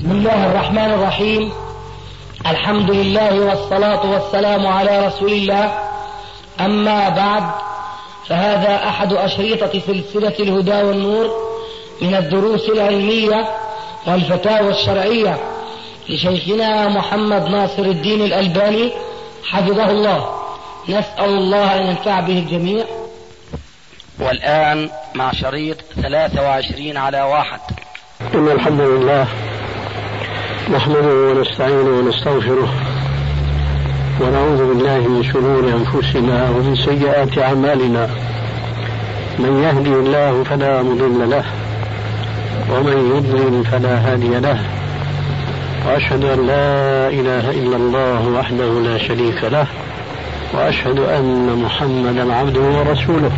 بسم الله الرحمن الرحيم. الحمد لله والصلاة والسلام على رسول الله. أما بعد، فهذا أحد أشرطة سلسلة الهدى والنور من الدروس العلمية والفتاوى الشرعية لشيخنا محمد ناصر الدين الألباني حفظه الله. نسأل الله أن ينفع به الجميع. والآن مع شريط 23 على 1. إن الحمد لله نحمده ونستعينه ونستغفره ونعوذ بالله من شرور أنفسنا ومن سيئات أعمالنا. من يهدي الله فلا مضل له ومن يضلل فلا هادي له، وأشهد أن لا إله إلا الله وحده لا شريك له، وأشهد أن محمدا عبده ورسوله.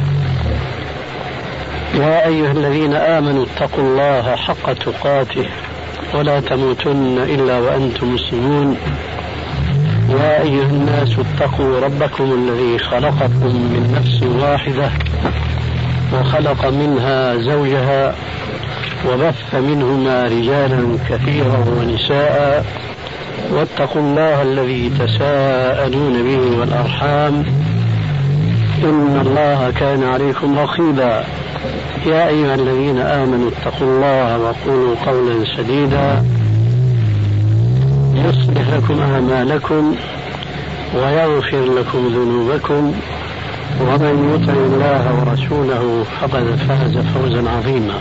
يا أيها الذين آمنوا اتقوا الله حق تقاته ولا تموتن إلا وأنتم مسلمون. يا أيها الناس اتقوا ربكم الذي خلقكم من نفس واحدة وخلق منها زوجها وبث منهما رجالا كثيرا ونساء، واتقوا الله الذي تساءلون به والأرحام إن الله كان عليكم رقيبا. يا أيها الذين آمنوا اتقوا الله وقولوا قولا سديدا يصلح لكم أعمالكم ويغفر لكم ذنوبكم، ومن يطع الله ورسوله فقد فاز فوزا عظيما.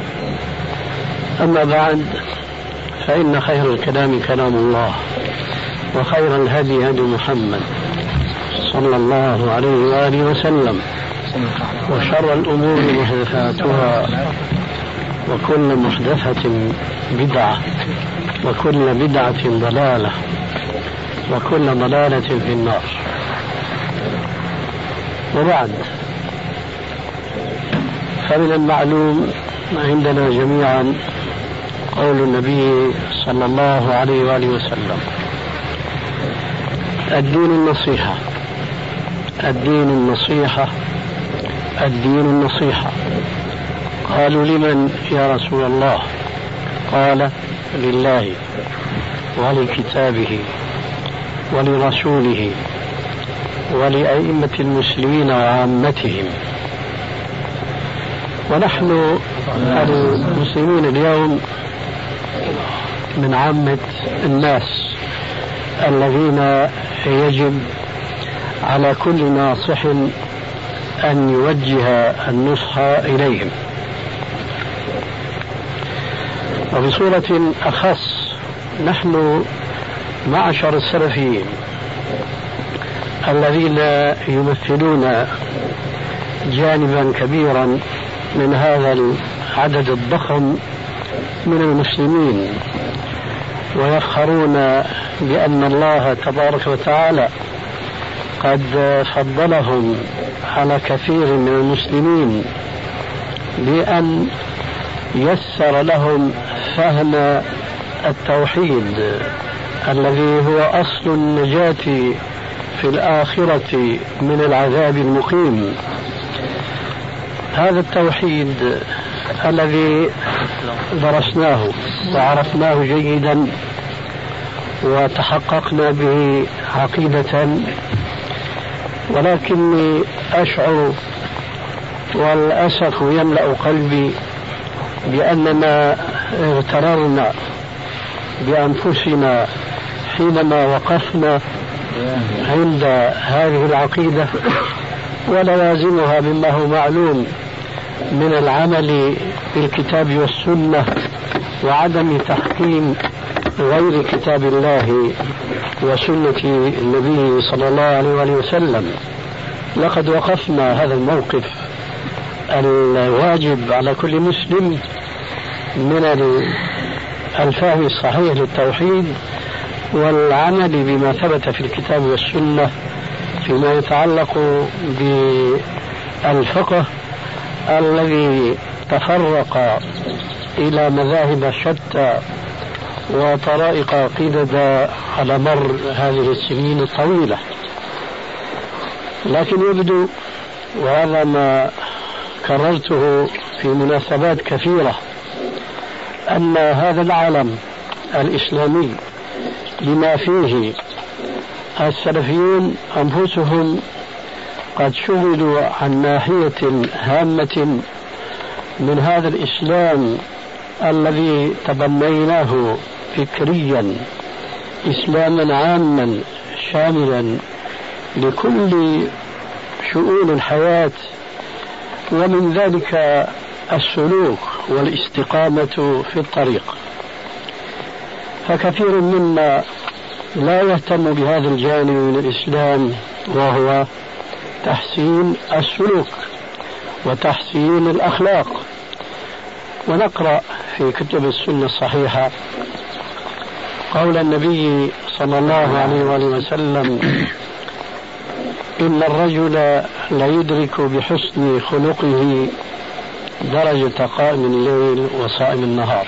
أما بعد، فإن خير الكلام كلام الله، وخير الهدي هدي محمد صلى الله عليه وآله وسلم، وشر الأمور محدثاتها، وكل محدثة بدعة، وكل بدعة ضلالة، وكل ضلالة في النار. وبعد، فمن المعلوم عندنا جميعا قول النبي صلى الله عليه وآله وسلم: الدين النصيحة، الدين النصيحة، الدين النصيحة. قالوا: لمن يا رسول الله؟ قال: لله ولكتابه ولرسوله ولأئمة المسلمين وعامتهم. ونحن المسلمون اليوم من عامة الناس الذين يجب على كل ناصح أن يوجه النصح إليهم، وبصورة أخص نحن معشر السلفيين الذين يمثلون جانبا كبيرا من هذا العدد الضخم من المسلمين، ويفخرون بأن الله تبارك وتعالى قد فضلهم على كثير من المسلمين بأن يسر لهم فهم التوحيد الذي هو أصل النجاة في الآخرة من العذاب المقيم. هذا التوحيد الذي درسناه وعرفناه جيدا وتحققنا به عقيدة، ولكني أشعر والأسف يملأ قلبي بأننا اغتررنا بأنفسنا حينما وقفنا عند هذه العقيدة ولوازمها مما هو معلوم من العمل بالكتاب والسنة وعدم تحكيم غير كتاب الله وسنة النبي صلى الله عليه وسلم. لقد وقفنا هذا الموقف الواجب على كل مسلم من الفهم الصحيح للتوحيد والعمل بما ثبت في الكتاب والسنة فيما يتعلق بالفقه الذي تفرق إلى مذاهب شتى وطرائق قيدة على مر هذه السنين الطويلة. لكن يبدو، وهذا ما كررته في مناسبات كثيرة، أن هذا العالم الإسلامي بما فيه السلفيون أنفسهم قد شغلوا عن ناحية هامة من هذا الإسلام الذي تبنيناه فكريا، إسلاما عاما شاملا لكل شؤون الحياة، ومن ذلك السلوك والاستقامة في الطريق. فكثير منا لا يهتم بهذا الجانب من الإسلام، وهو تحسين السلوك وتحسين الأخلاق. ونقرأ في كتب السنة الصحيحة قول النبي صلى الله عليه وآله وسلم: إن الرجل ليدرك بحسن خلقه درجة قائم الليل وصائم النهار.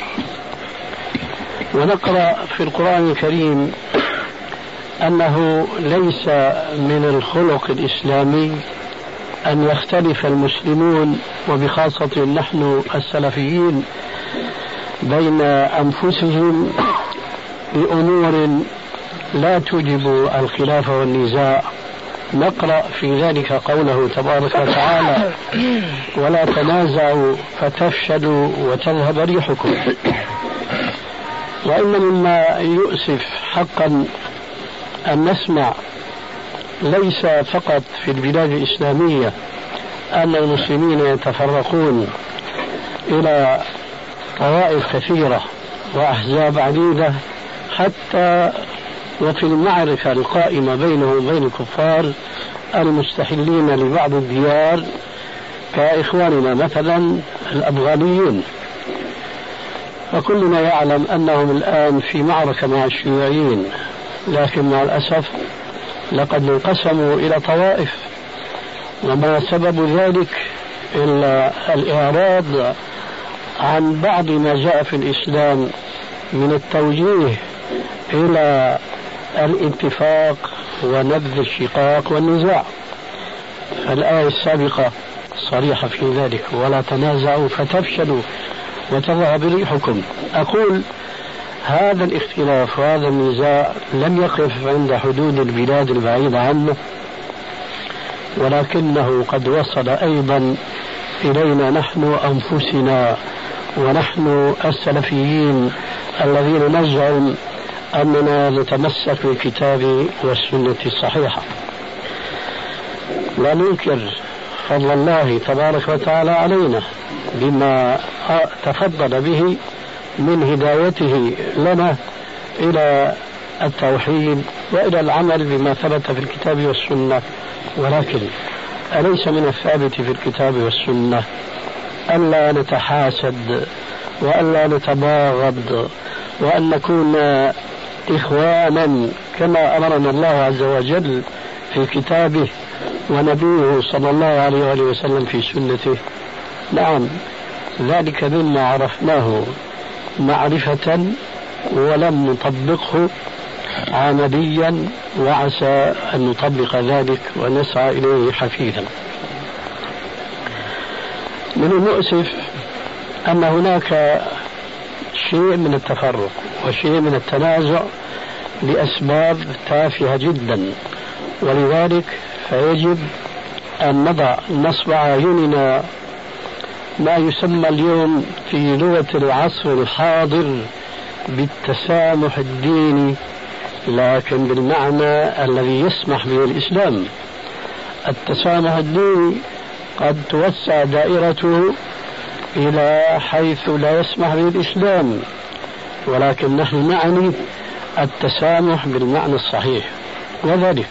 ونقرأ في القرآن الكريم أنه ليس من الخلق الإسلامي أن يختلف المسلمون، وبخاصة نحن السلفيين، بين أنفسهم بأمور لا توجب الخلاف والنزاع. نقرأ في ذلك قوله تبارك وتعالى: ولا تنازعوا فتفشلوا وتذهب ريحكم. وإن مما يؤسف حقا أن نسمع ليس فقط في البلاد الإسلامية أن المسلمين يتفرقون إلى طوائف كثيرة وأحزاب عديدة، حتى وفي المعركة القائمة بينهم وبين الكفار المستحلين لبعض الديار كإخواننا مثلا الأفغانيون. وكلنا يعلم أنهم الآن في معركة مع الشيوعيين، لكن مع الأسف لقد انقسموا إلى طوائف، وما سبب ذلك إلا الإعراض عن بعض ما جاء في الإسلام من التوجيه إلى الاتفاق ونبذ الشقاق والنزاع. فالآية السابقة صريحة في ذلك: ولا تنازعوا فتفشلوا وتذهب ريحكم. أقول هذا الاختلاف وهذا النزاع لم يقف عند حدود البلاد البعيدة عنه، ولكنه قد وصل أيضا إلينا نحن أنفسنا، ونحن السلفيين الذين نزعم أننا نتمسك بالكتاب والسنة الصحيحة. لا ننكر فضل الله تبارك وتعالى علينا بما تفضل به من هدايته لنا إلى التوحيد وإلى العمل بما ثبت في الكتاب والسنة. ولكن أليس من الثابت في الكتاب والسنة ألا نتحاسد وألا نتباغض وأن نكون إخوانا كما أمرنا الله عز وجل في كتابه ونبيه صلى الله عليه وآله وسلم في سنته؟ نعم، ذلك مما عرفناه معرفة ولم نطبقه عمليا، وعسى أن نطبق ذلك ونسعى إليه حثيثا. من المؤسف أن هناك شيء من التفرق وشيء من التنازع لأسباب تافهة جدا، ولذلك فيجب أن نضع نصب أعيننا ما يسمى اليوم في لغة العصر الحاضر بالتسامح الديني، لكن بالمعنى الذي يسمح به الإسلام. التسامح الديني قد توسع دائرته إلى حيث لا يسمح به الإسلام، ولكن نحن نعني التسامح بالمعنى الصحيح، وذلك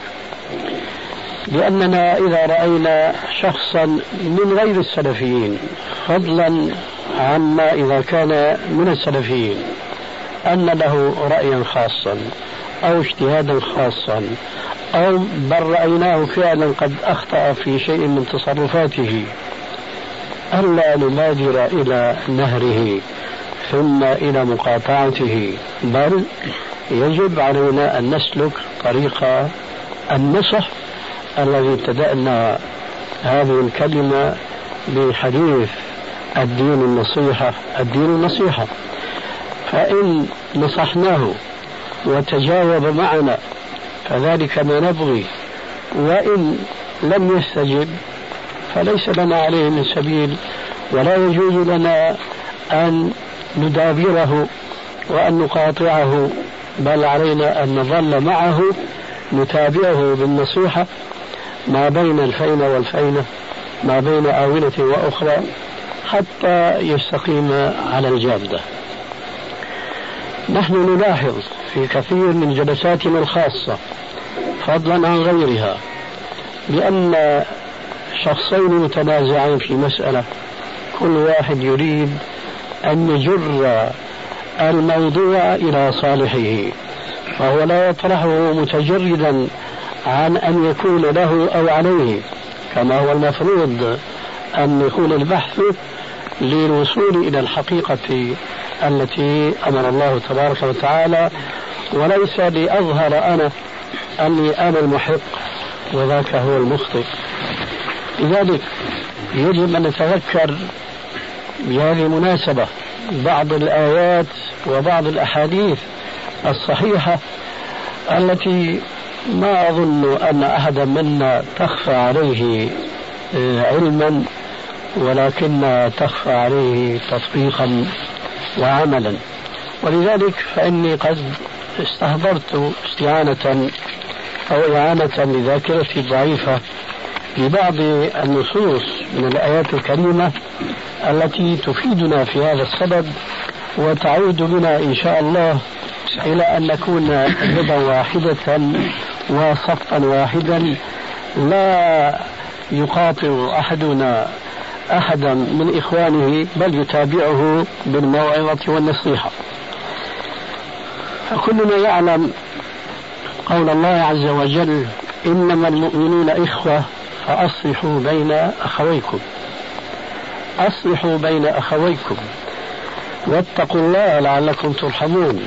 لأننا إذا رأينا شخصا من غير السلفيين، فضلا عما إذا كان من السلفيين، أن له رأيا خاصا أو اجتهادا خاصا، أو بل رأيناه فعلا قد أخطأ في شيء من تصرفاته، ألا نبادر إلى نهره ثم إلى مقاطعته، بل يجب علينا أن نسلك طريق النصح الذي ابتدأنا هذه الكلمة بحديث الدين النصيحة. الدين النصيحة، فإن نصحناه وتجاوب معنا فذلك ما نبغي، وإن لم يستجب فليس لنا عليه من سبيل، ولا يجوز لنا أن ندابره وأن نقاطعه، بل علينا أن نظل معه نتابعه بالنصيحة ما بين الفينة والفينة، ما بين آونة وأخرى، حتى يستقيم على الجادة. نحن نلاحظ في كثير من جلساتنا الخاصة فضلا عن غيرها بأن شخصين متنازعين في مسألة، كل واحد يريد أن يجر الموضوع إلى صالحه، فهو لا يطرحه متجردا عن أن يكون له أو عليه، كما هو المفروض أن يكون البحث للوصول إلى الحقيقة التي أمر الله تبارك وتعالى، وليس لأظهر أنا أني أنا المحق وذاك هو المخطئ. لذلك يجب أن نتذكر بهذه المناسبة بعض الآيات وبعض الأحاديث الصحيحة التي ما أظن أن أحدا منا تخفى عليه علما، ولكن تخفى عليه تطبيقا وعملا. ولذلك فإني قد استحضرت استعانة أو إعانة لذاكرتي الضعيفة ببعض النصوص من الآيات الكريمة التي تفيدنا في هذا الصدد، وتعود بنا إن شاء الله إلى أن نكون يدا واحدة وصفا واحدا، لا يقاطع أحدنا أحدا من إخوانه بل يتابعه بالموعظة والنصيحة. فكلنا يعلم قول الله عز وجل: إنما المؤمنون إخوة فأصلحوا بين أخويكم، أصلحوا بين أخويكم واتقوا الله لعلكم ترحمون.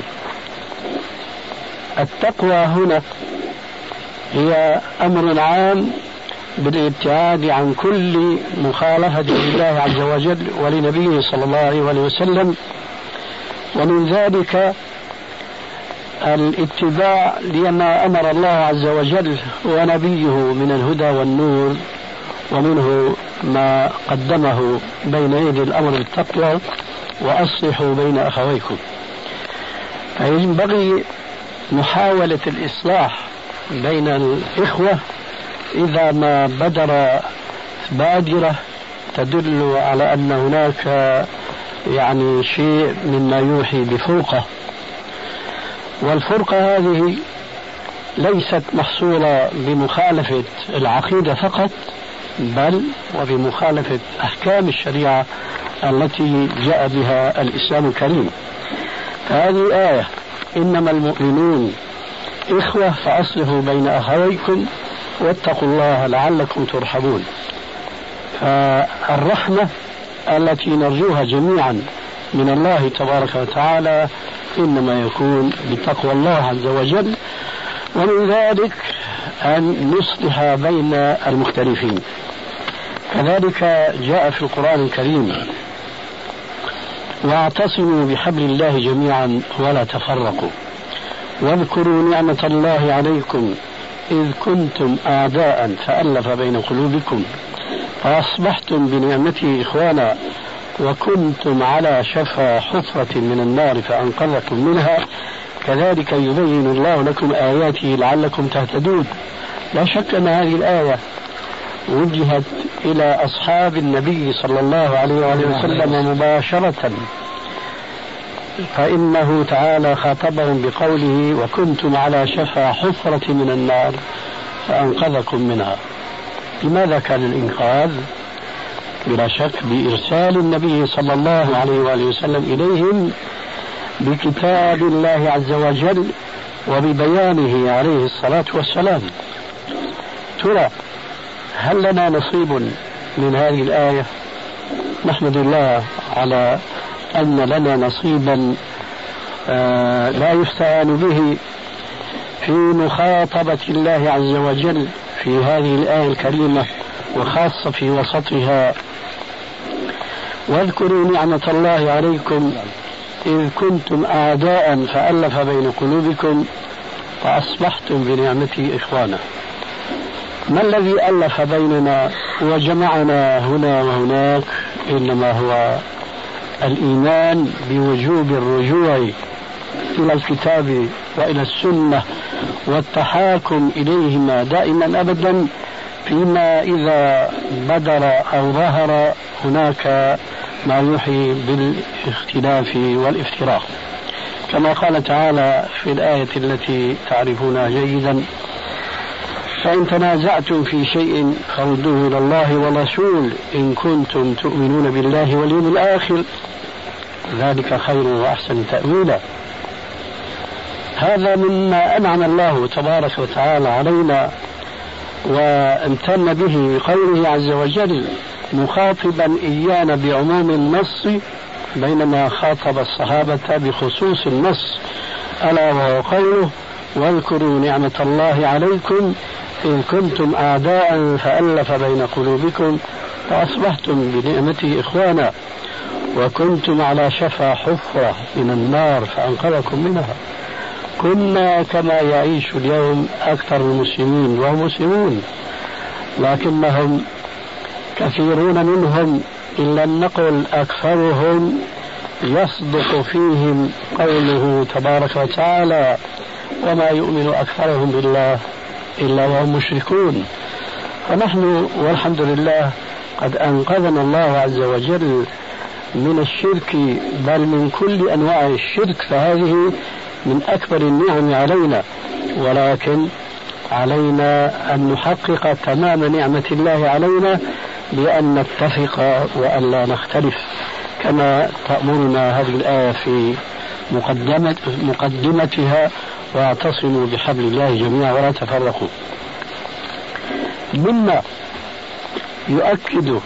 التقوى هنا هي أمر عام بالابتعاد عن كل مخالفة لله عز وجل ولنبيه صلى الله عليه وسلم، ومن ذلك الاتباع لما أمر الله عز وجل ونبيه من الهدى والنور، ومنه ما قدمه بين يدي الأمر بالتقوى وأصلحوا بين أخويكم. فينبغي محاولة الإصلاح بين الإخوة إذا ما بدر بادرة تدل على أن هناك شيء مما يوحي بفرقة، والفرقة هذه ليست محصولة بمخالفة العقيدة فقط، بل وبمخالفة أحكام الشريعة التي جاء بها الإسلام الكريم. هذه آية: إنما المؤمنون إخوة فأصلحوا بين أخويكم واتقوا الله لعلكم ترحمون. فالرحمة التي نرجوها جميعا من الله تبارك وتعالى إنما يكون بتقوى الله عز وجل، ومن ذلك أن نصلح بين المختلفين. كذلك جاء في القرآن الكريم: واعتصموا بحبل الله جميعا ولا تفرقوا واذكروا نعمة الله عليكم إذ كنتم أعداء فألف بين قلوبكم فأصبحتم بنعمته إخوانا وكنتم على شفا حفرة من النار فأنقذكم منها كذلك يبين الله لكم آياته لعلكم تهتدون. لا شك أن هذه الآية وجهت إلى أصحاب النبي صلى الله عليه وسلم مباشرة، فإنه تعالى خاطبهم بقوله: وكنتم على شفا حفرة من النار فأنقذكم منها. لماذا كان الإنقاذ؟ بلا شك بإرسال النبي صلى الله عليه وسلم إليهم بكتاب الله عز وجل وببيانه عليه الصلاة والسلام. ترى هل لنا نصيب من هذه الآية؟ نحمد الله على أن لنا نصيبا لا يستعان به في مخاطبة الله عز وجل في هذه الآية الكريمة، وخاصة في وسطها: واذكروا نعمة الله عليكم إذ كنتم أعداء فألف بين قلوبكم فأصبحتم بنعمته إخوانا. ما الذي ألف بيننا وجمعنا هنا وهناك؟ إنما هو الإيمان بوجوب الرجوع إلى الكتاب وإلى السنة والتحاكم إليهما دائما أبدا فيما إذا بدر أو ظهر هناك ما يوحي بالاختلاف والافتراق، كما قال تعالى في الآية التي تعرفونها جيدا: فإن تنازعتم في شيء فردوه إلى الله والرسول إن كنتم تؤمنون بالله واليوم الآخر ذلك خير وأحسن تأويلا. هذا مما أنعم الله تبارك وتعالى علينا وامتن به بقوله عز وجل مخاطبا إيانا بعموم النص بينما خاطب الصحابة بخصوص النص، ألا وهو قوله: واذكروا نعمة الله عليكم إن كنتم أعداء فألف بين قلوبكم فأصبحتم بنعمته إخوانا وكنتم على شفا حفرة من النار فأنقذكم منها. كنا كما يعيش اليوم أكثر المسلمين وهم مسلمون، لكنهم كثيرون منهم إن لم نقل أكثرهم يصدق فيهم قوله تبارك وتعالى: وما يؤمن أكثرهم بالله إلا وهم مشركون. فنحن والحمد لله قد أنقذنا الله عز وجل من الشرك، بل من كل أنواع الشرك، فهذه من أكبر النعم علينا، ولكن علينا أن نحقق تمام نعمة الله علينا بأن نتفق وأن لا نختلف، كما تأمرنا هذه الآية في مقدمتها: واعتصموا بحبل الله جميعا ولا تفرقوا. مما يؤكد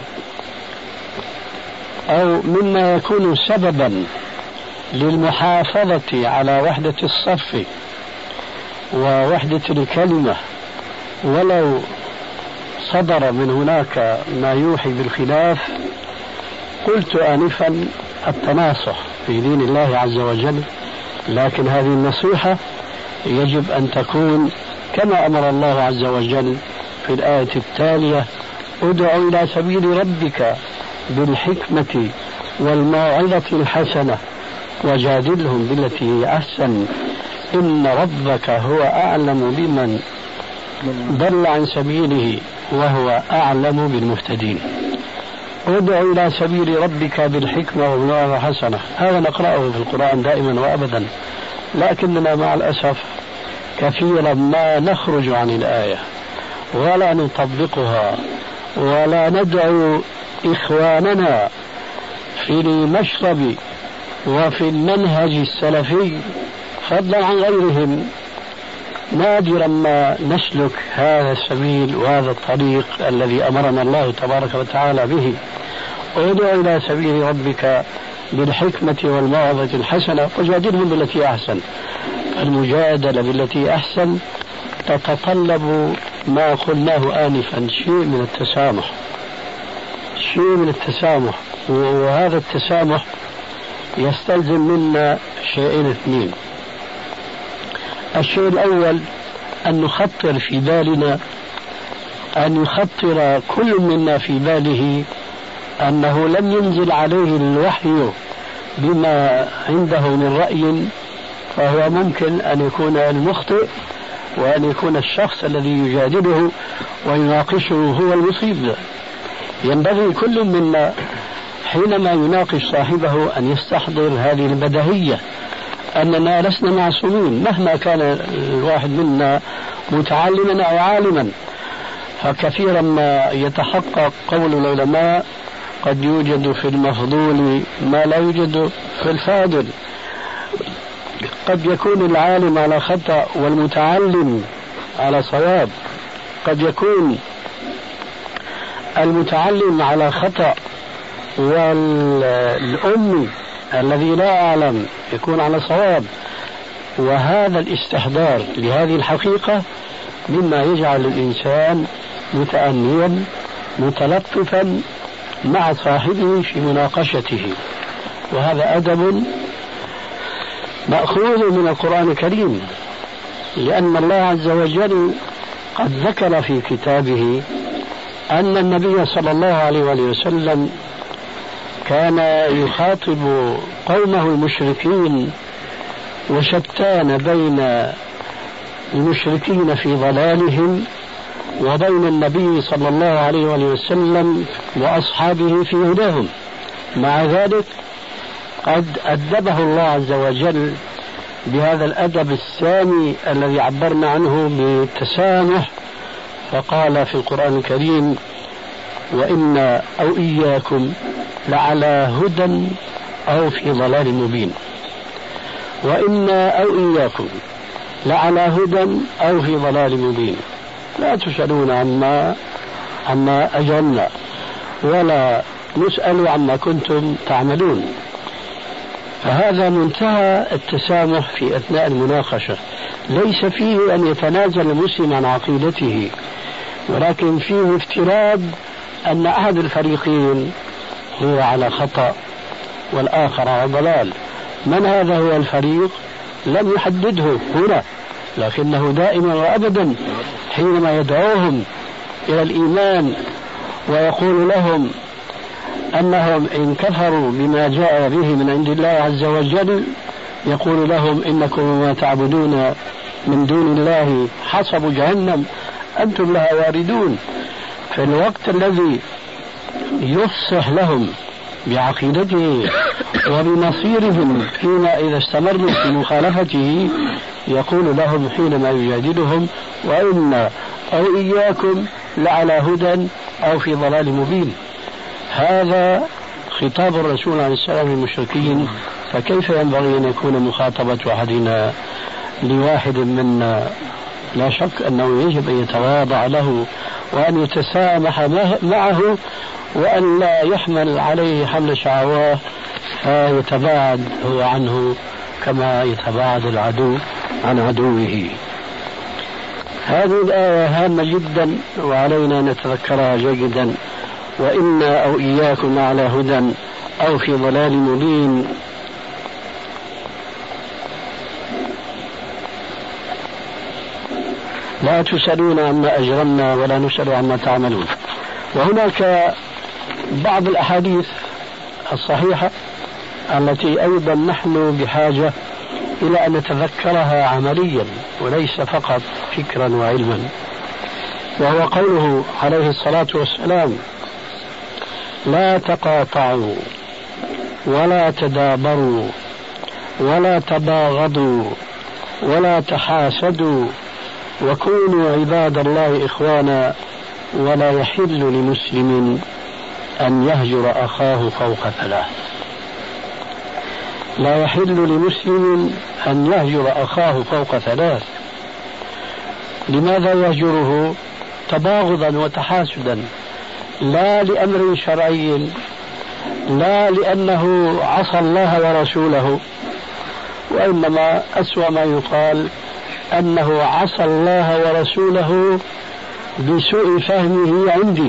أو مما يكون سببا للمحافظة على وحدة الصف ووحدة الكلمة ولو صدر من هناك ما يوحي بالخلاف، قلت آنفا التناصح في دين الله عز وجل، لكن هذه النصيحة يجب أن تكون كما أمر الله عز وجل في الآية التالية: ادع إلى سبيل ربك بالحكمة والموعظة الحسنة وجادلهم بالتي هي أحسن إن ربك هو أعلم بمن ضل عن سبيله وهو أعلم بالمهتدين. ادع إلى سبيل ربك بالحكمة والموعظة الحسنة، هذا نقرأه في القرآن دائما وأبدا، لكننا مع الأسف كثيرا ما نخرج عن الآية ولا نطبقها ولا ندعو إخواننا في المشرب وفي المنهج السلفي فضلا عن غيرهم. نادرا ما نسلك هذا السبيل وهذا الطريق الذي أمرنا الله تبارك وتعالى به: ادع إلى سبيل ربك بالحكمة والموعظة الحسنة وجادلهم بالتي أحسن. المجادلة بالتي أحسن تتطلب ما قلناه آنفا، شيء من التسامح، وهذا التسامح يستلزم منا شيئين اثنين. الشيء الأول أن نخطر في بالنا، أن يخطر كل منا في باله أنه لم ينزل عليه الوحي بما عنده من رأي، فهو ممكن أن يكون المخطئ وأن يكون الشخص الذي يجادله ويناقشه هو المصيب. ينبغي كل منا حينما يناقش صاحبه أن يستحضر هذه البديهية أننا لسنا معصومين مهما كان الواحد منا متعلما أو عالما. فكثيرا ما يتحقق قول العلماء: قد يوجد في المفضول ما لا يوجد في الفاضل. قد يكون العالم على خطأ والمتعلم على صواب، قد يكون المتعلم على خطأ والأمي الذي لا أعلم يكون على صواب. وهذا الاستحضار لهذه الحقيقة مما يجعل الإنسان متأنيا متلطفا مع صاحبه في مناقشته، وهذا أدب مأخوذ من القرآن الكريم، لأن الله عز وجل قد ذكر في كتابه أن النبي صلى الله عليه وسلم كان يخاطب قومه المشركين، وشتان بين المشركين في ضلالهم وبين النبي صلى الله عليه وسلم وأصحابه في هداهم. مع ذلك قد أدبه الله عز وجل بهذا الأدب السامي الذي عبرنا عنه بالتسامح، فقال في القرآن الكريم: وإنا أو إياكم لعلى هدى أو في ضلال مبين. وإنا أو إياكم لعلى هدى أو في ضلال مبين، لا تسألون عما أجرمنا ولا نسأل عما كنتم تعملون. فهذا منتهى التسامح في أثناء المناقشة، ليس فيه أن يتنازل المسلم عن عقيدته، ولكن فيه افتراض أن أحد الفريقين هو على خطأ والآخر على ضلال. من هذا هو الفريق؟ لم يحدده هنا، لكنه دائما وأبدا حينما يدعوهم إلى الإيمان ويقول لهم أنهم إن كفروا بما جاء به من عند الله عز وجل يقول لهم: إنكم وما تعبدون من دون الله حصب جهنم أنتم لها واردون. في الوقت الذي يفصح لهم بعقيدته وبمصيرهم فيما إذا استمروا في مخالفته يقول لهم حينما يجادلهم: وإنا أو إياكم لعلى هدى أو في ضلال مبين. هذا خطاب الرسول عليه السلام للمشركين، فكيف ينبغي أن يكون مخاطبة أحدنا لواحد منا؟ لا شك أنه يجب أن يتواضع له وأن يتسامح معه، وأن لا يحمل عليه حمل شعواه فيتباعد هو عنه كما يتباعد العدو عن عدوه. هذه الآية هامة جدا وعلينا أن نتذكرها جيدا: وإنا أو إياكم على هدى أو في ضلال مبين. لا تسألون عما أجرمنا ولا نسأل عما تعملون. وهناك بعض الأحاديث الصحيحة التي أيضا نحن بحاجة إلى أن نتذكرها عمليا وليس فقط فكرا وعلما، وهو قوله عليه الصلاة والسلام: لا تقاطعوا ولا تدابروا ولا تباغضوا ولا تحاسدوا وكونوا عباد الله إخوانا ولا يحل لمسلم أن يهجر أخاه فوق ثلاث. لا يحل لمسلم أن يهجر أخاه فوق ثلاث. لماذا يهجره؟ تباغضا وتحاسدا، لا لأمر شرعي، لا لأنه عصى الله ورسوله، وإنما أسوأ ما يقال أنه عصى الله ورسوله بسوء فهمه عندي،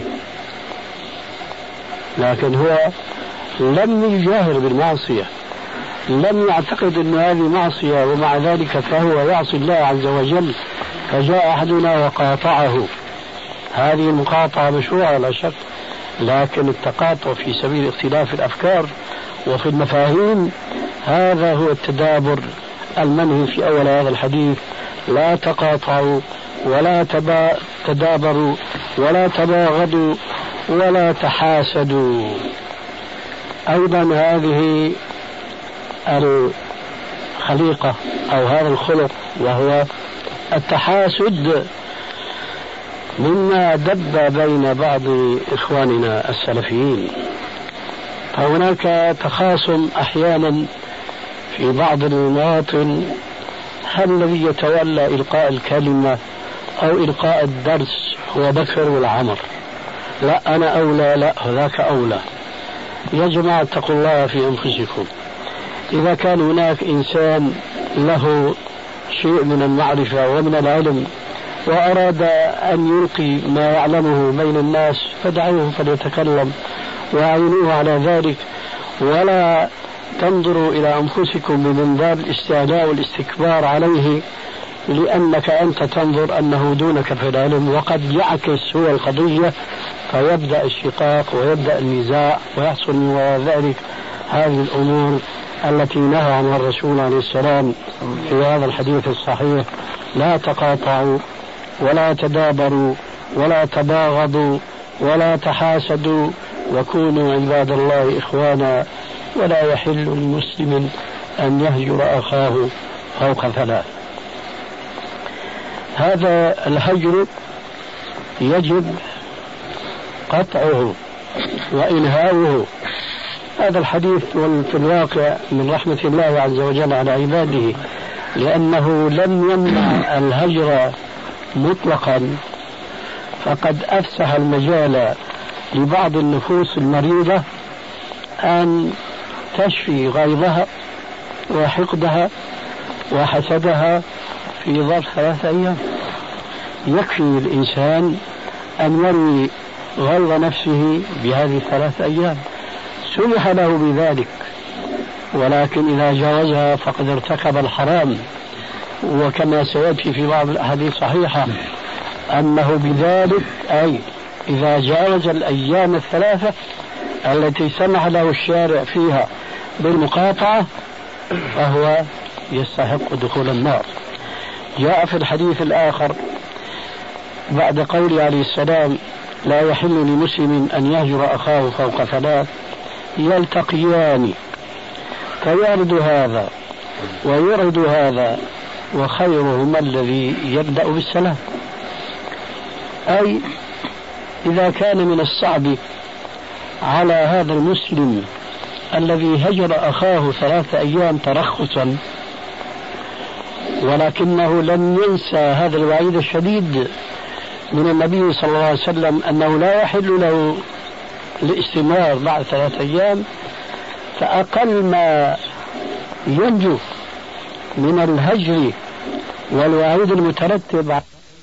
لكن هو لم يجاهر بالمعصية، لم يعتقد أن هذه معصية، ومع ذلك فهو يعصي الله عز وجل، فجاء أحدنا وقاطعه. هذه المقاطعة مشروعة لا شك، لكن التقاطع في سبيل اختلاف الأفكار وفي المفاهيم هذا هو التدابر المنهي في أول هذا الحديث: لا تقاطعوا ولا تدابروا ولا تباغضوا ولا تحاسدوا. أيضا هذه الخليقة أو هذا الخلق وهو التحاسد مما دب بين بعض إخواننا السلفيين. فهناك تخاصم أحيانا في بعض المواطن: هل الذي يتولى إلقاء الكلمة أو إلقاء الدرس هو بكر ولا عمر؟ لا أنا أولى، لا هذاك أولى. يا جماعة اتقوا الله في أنفسكم. إذا كان هناك إنسان له شيء من المعرفة ومن العلم وأراد أن يلقي ما يعلمه بين الناس فدعوه فليتكلم وأعينوه على ذلك، ولا تنظروا إلى أنفسكم من باب الاستعلاء والاستكبار عليه لأنك أنت تنظر أنه دونك في العلم، وقد يعكس هو القضية فيبدأ الشقاق ويبدأ النزاع ويحصل من وراء ذلك هذه الأمور التي نهى عنها الرسول عليه السلام في هذا الحديث الصحيح: لا تقاطعوا ولا تدابروا ولا تباغضوا ولا تحاسدوا وكونوا عباد الله إخوانا، ولا يحل لمسلم أن يهجر أخاه فوق 3. هذا الهجر يجب قطعه وإنهاؤه. هذا الحديث في الواقع من رحمة الله عز وجل على عباده، لأنه لم يمنع الهجر مطلقا، فقد أفسح المجال لبعض النفوس المريضة أن تشفي غيظها وحقدها وحسدها في ظرف 3 أيام. يكفي الإنسان أن يروي غيظ نفسه بهذه 3 أيام، سمح له بذلك، ولكن إذا جاوزها فقد ارتكب الحرام. وكما سيأتي في بعض الأحاديث الصحيحة أنه بذلك أي إذا جاوز الأيام 3 التي سمح له الشارع فيها بالمقاطعة فهو يستحق دخول النار. جاء في الحديث الآخر بعد قوله عليه السلام: لا يحل لمسلم أن يهجر أخاه فوق 3 يلتقيان فيعرض هذا ويعرض هذا وخيرهما الذي يبدأ بالسلام. أي إذا كان من الصعب على هذا المسلم الذي هجر أخاه 3 أيام ترخصا، ولكنه لم ينسى هذا الوعيد الشديد من النبي صلى الله عليه وسلم أنه لا يحل له الاستمرار بعد 3 أيام، فأقل ما ينجو من الهجر والوعيد المترتب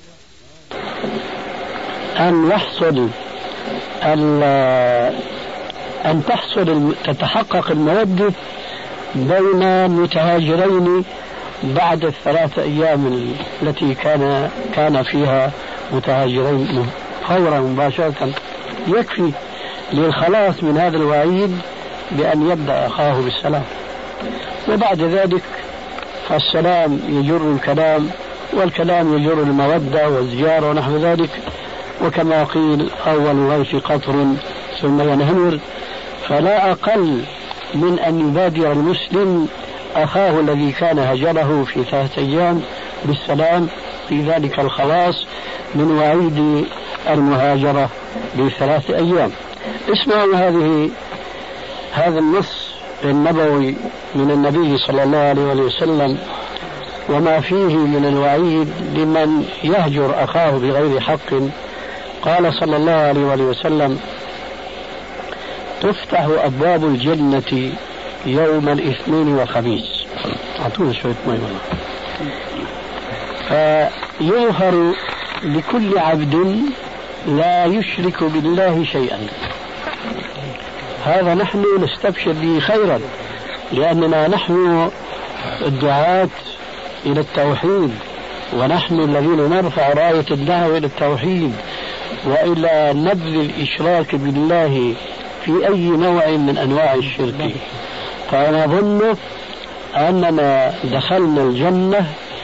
أن تتحقق المودة بين متهاجرين بعد 3 أيام التي كان فيها متهاجرين فورا مباشرة. يكفي للخلاص من هذا الوعيد بأن يبدأ أخاه بالسلام، وبعد ذلك فالسلام يجر الكلام، والكلام يجر المودة والزيارة ونحو ذلك. وكما قيل: أول الغيث قطر ثم ينهمر. فلا أقل من أن يبادر المسلم أخاه الذي كان هجره في 3 أيام بالسلام، في ذلك الخلاص من وعيد المهاجرة ب3 أيام. اسمعوا هذا النص النبوي من النبي صلى الله عليه وسلم وما فيه من الوعيد لمن يهجر أخاه بغير حق. قال صلى الله عليه وسلم: تفتح أبواب الجنة يوم الاثنين والخميس. أعطونا شوية ماء. فيغفر لكل عبد لا يشرك بالله شيئا. هذا نحن نستبشر به خيرا، لأننا نحن الدعاة إلى التوحيد، ونحن الذين نرفع راية الدعوة إلى التوحيد وإلى نبذ الإشراك بالله في أي نوع من أنواع الشرك. فنظن أننا دخلنا الجنة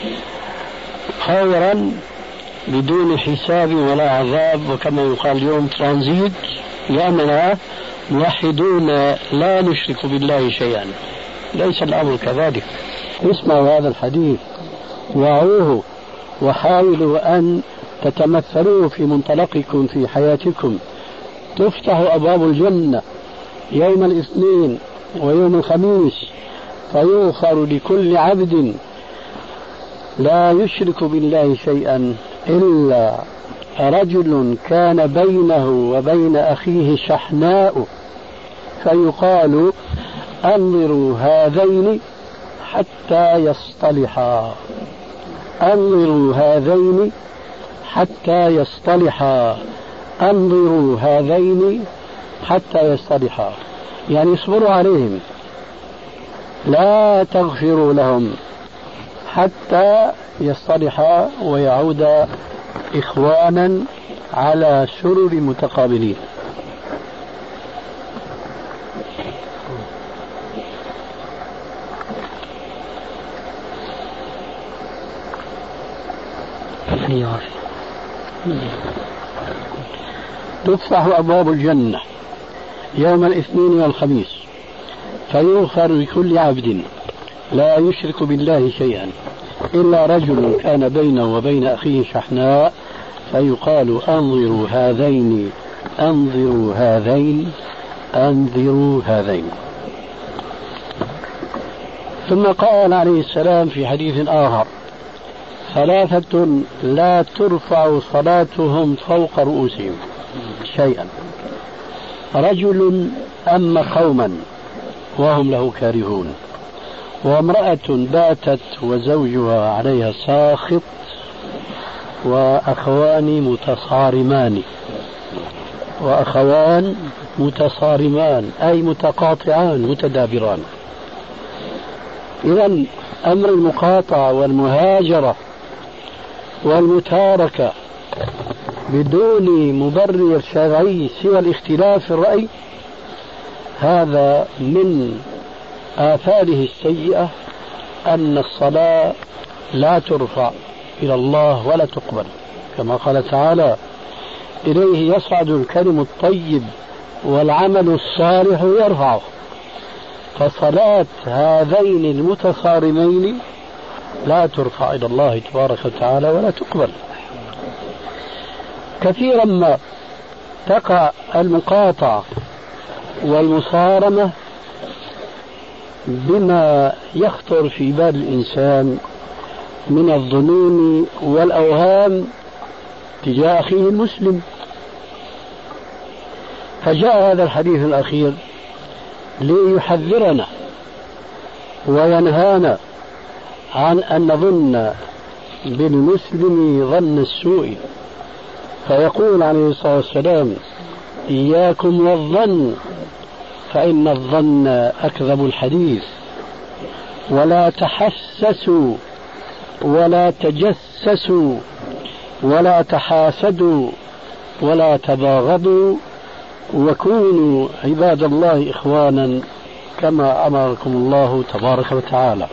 خيرا بدون حساب ولا عذاب، وكما يقال اليوم ترانزيت، لأننا موحدون لا نشرك بالله شيئا. ليس الأمر كذلك. اسمعوا هذا الحديث، وعوه، وحاولوا أن تتمثلوه في منطلقكم في حياتكم. تفتح أبواب الجنة يوم الاثنين ويوم الخميس، فيغفر لكل عبد لا يشرك بالله شيئا إلا رجل كان بينه وبين أخيه شحناء، فيقال: أنظروا هذين حتى يصطلحا، أنظروا هذين حتى يصطلحا، أنظروا هذين حتى يصطلحا. يعني اصبروا عليهم لا تغفروا لهم حتى يصطلحا ويعودا إخوانا على سرر متقابلين. تفتح أبواب الجنة يوم الاثنين والخميس فيغفر لكل عبد لا يشرك بالله شيئا إلا رجل كان بينه وبين أخيه شحناء فيقال أنظروا هذين أنظروا هذين أنظروا هذين. ثم قال عليه السلام في حديث آخر: ثلاثة لا ترفع صلاتهم فوق رؤوسهم شيئا: رجل أم قوما وهم له كارهون، وامرأة باتت وزوجها عليها ساخط، وأخوان متصارمان أي متقاطعان متدابران. إذن أمر المقاطعة والمهاجرة والمتاركة بدون مبرر شرعي سوى الاختلاف في الرأي هذا من آثاره السيئة أن الصلاة لا ترفع إلى الله ولا تقبل، كما قال تعالى: إليه يصعد الكلم الطيب والعمل الصالح يرفعه. فصلاة هذين المتصارمين لا ترفع إلى الله تبارك وتعالى ولا تقبل. كثيرا ما تقع المقاطعة والمصارمة بما يخطر في بال الإنسان من الظنون والأوهام تجاه أخيه المسلم. فجاء هذا الحديث الأخير ليحذرنا وينهانا عن أن نظن بالمسلم ظن السوء، فيقول عليه الصلاة والسلام: إياكم والظن فإن الظن أكذب الحديث، ولا تحسسوا ولا تجسسوا ولا تحاسدوا ولا تباغضوا، وكونوا عباد الله إخوانا كما أمركم الله تبارك وتعالى.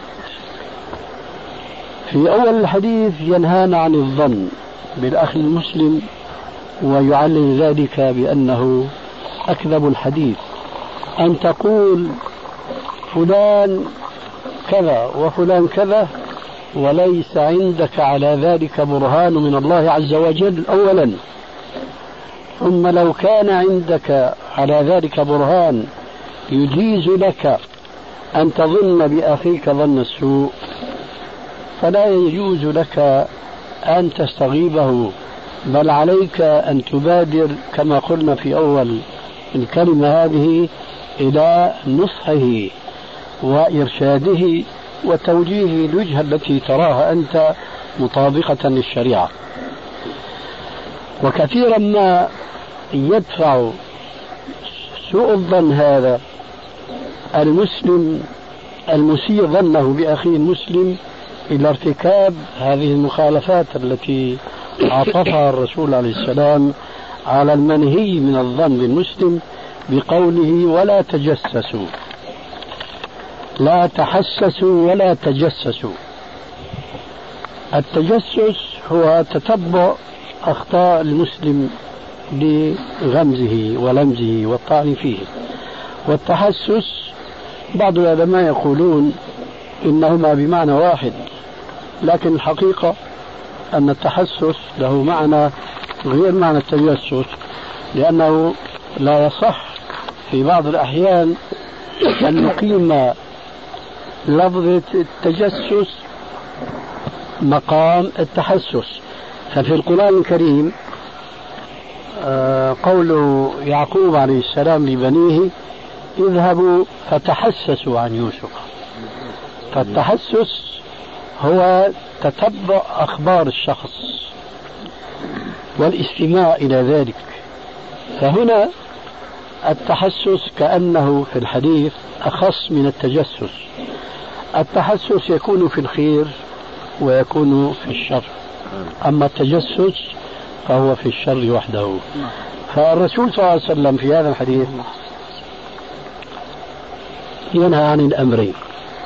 في أول الحديث ينهانا عن الظن بالأخ المسلم ويعلل ذلك بأنه أكذب الحديث، أن تقول فلان كذا وفلان كذا وليس عندك على ذلك برهان من الله عز وجل أولا، ثم لو كان عندك على ذلك برهان يجيز لك أن تظن بأخيك ظن السوء فلا يجوز لك أن تستغيبه، بل عليك أن تبادر كما قلنا في أول الكلمة هذه إلى نصحه وإرشاده وتوجيهه الوجهة التي تراها أنت مطابقة للشريعة. وكثيرا ما يدفع سوء الظن هذا المسلم المسيء ظنه بأخيه المسلم إلى ارتكاب هذه المخالفات التي عطفها الرسول عليه السلام على المنهي من الظن بالمسلم بقوله: ولا تجسسوا، لا تحسسوا ولا تجسسوا. التجسس هو تتبع أخطاء المسلم لغمزه ولمزه والطعن فيه، والتحسس بعض العلماء يقولون إنهما بمعنى واحد، لكن الحقيقة أن التحسس له معنى غير معنى التجسس، لأنه لا يصح في بعض الأحيان أن نقيم لفظة التجسس مقام التحسس. ففي القرآن الكريم قول يعقوب عليه السلام لبنيه: اذهبوا فتحسسوا عن يوسف. فالتحسس هو تتبع أخبار الشخص والاستماع إلى ذلك. فهنا التحسس كأنه في الحديث أخص من التجسس. التحسس يكون في الخير ويكون في الشر، أما التجسس فهو في الشر وحده. فالرسول صلى الله عليه وسلم في هذا الحديث ينهى عن الأمرين،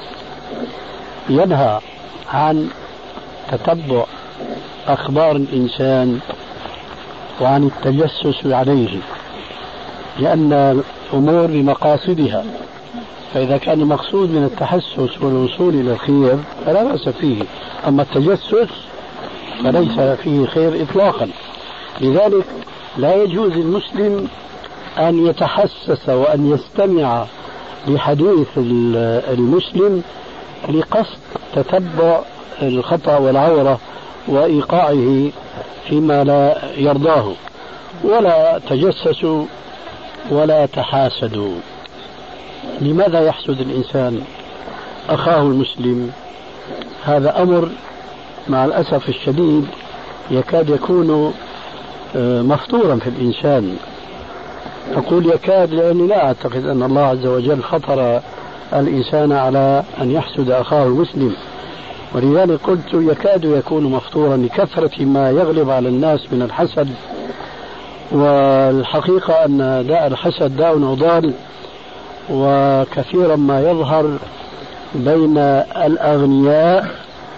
ينهى عن تتبع أخبار الإنسان وعن التجسس عليه، لأن الأمور بمقاصدها، فإذا كان المقصود من التحسس والوصول إلى الخير فلا بأس فيه، أما التجسس فليس فيه خير إطلاقا. لذلك لا يجوز للمسلم أن يتحسس وأن يستمع لحديث المسلم لقصد تتبع الخطأ والعورة وإيقاعه فيما لا يرضاه. ولا تجسسوا ولا تحاسدوا. لماذا يحسد الإنسان أخاه المسلم؟ هذا أمر مع الأسف الشديد يكاد يكون مفطورا في الإنسان. أقول يكاد لأني لا أعتقد أن الله عز وجل فطر الإنسان على أن يحسد أخاه المسلم، ولذلك قلت يكاد يكون مفطورا لكثرة ما يغلب على الناس من الحسد. والحقيقة أن داء الحسد داء عضال، وكثيرا ما يظهر بين الأغنياء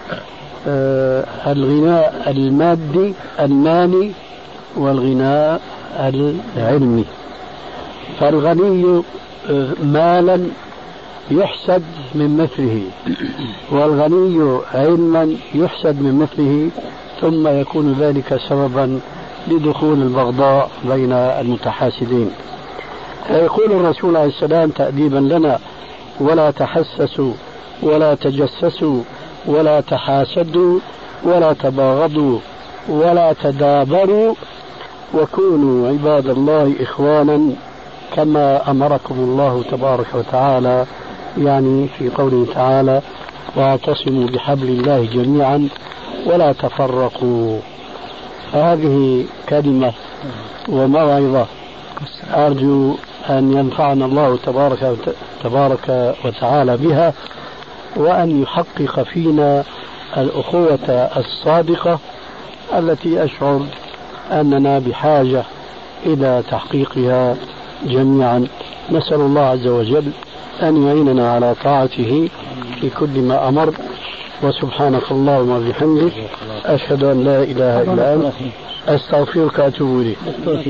الغناء المادي المالي والغناء العلمي. فالغني مالا يحسد من مثله، والغني علما يحسد من مثله، ثم يكون ذلك سببا لدخول البغضاء بين المتحاسدين. فيقول الرسول عليه السلام تأديبا لنا: ولا تحسسوا ولا تجسسوا ولا تحاسدوا ولا تباغضوا ولا تدابروا وكونوا عباد الله إخوانا كما أمركم الله تبارك وتعالى، يعني في قوله تعالى: واعتصموا بحبل الله جميعا ولا تفرقوا. هذه كلمة وموعظة أرجو أن ينفعنا الله تبارك وتعالى بها، وأن يحقق فينا الأخوة الصادقة التي أشعر أننا بحاجة إلى تحقيقها جميعا. نسأل الله عز وجل أن يعيننا على طاعته في كل ما أمر. وسبحانك اللهم وبحمدك أشهد أن لا إله إلا أنت أستغفرك وأتوب إليك.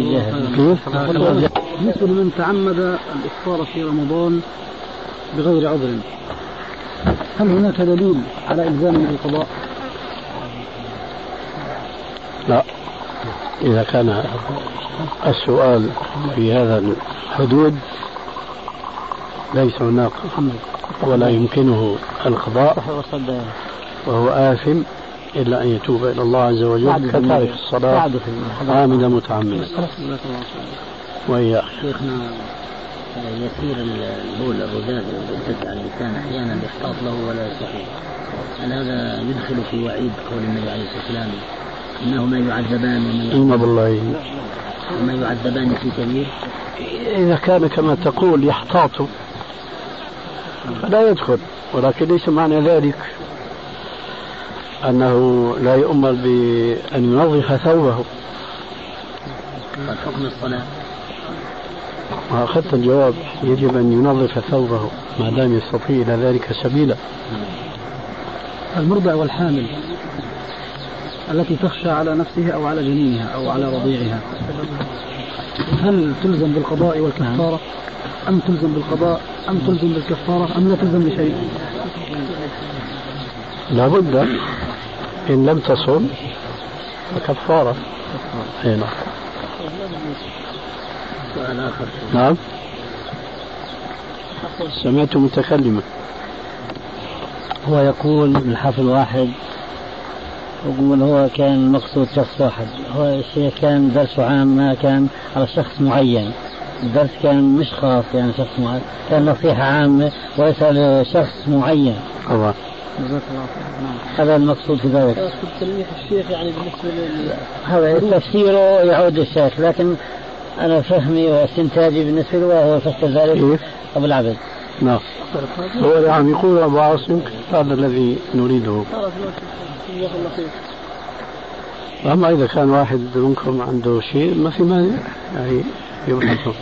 بالنسبة لمن تعمد الإفطار في رمضان بغير عذر، هل هناك دليل على إلزامه بالقضاء؟ لا، إذا كان السؤال في هذا الحدود ليس هناك ولا يمكنه القضاء، وهو آثم إلا أن يتوب إلى الله عز وجل كتارك الصلاة عامدا متعمدا. وإياك شيخنا، يسير البول الرذاذ يتسع الإنسان أحيانا يحتاط له ولا يستطيع، هل هذا يدخل في وعيد قول النبي عليه الصلاة والسلام إنهما يعذبان وما يعذبان في كبير؟ إذا كان كما تقول يحتاط فلا يدخل، ولكن ليس معنى ذلك أنه لا يؤمر بأن ينظف ثوبه. حكم الصلاة أخذت الجواب، يجب أن ينظف ثوبه ما دام يستطيع إلى ذلك سبيلا. المرضع والحامل التي تخشى على نفسها أو على جنينها أو على رضيعها، هل تلزم بالقضاء والكفارة أم تلزم بالقضاء أم تلزم بالكفارة أم لا تلزم بشيء؟ لابد إن لم تصم فكفارة. هنا سؤال آخر. نعم، سمعت متكلما هو يقول الحفل واحد، يقول هو كان المقصود شخص واحد، هو الشيء كان درسه عام ما كان على شخص معين، الدرس كان مش خاص يعني شخص معين، كان نصيحة عامة وليس لشخص معين. الله هذا المقصود في ذلك. تلميح الشيخ يعني بالنسبة هذا تفسيره يعود للشيخ، لكن أنا فهمي واستنتاجي بالنسبة له هو فسر ذلك أبو العبد. نعم هو يعني يقول أبو عاصم هذا الذي نريده. أما إذا كان واحد منكم عنده شيء ما في مانع يعني يبحثه.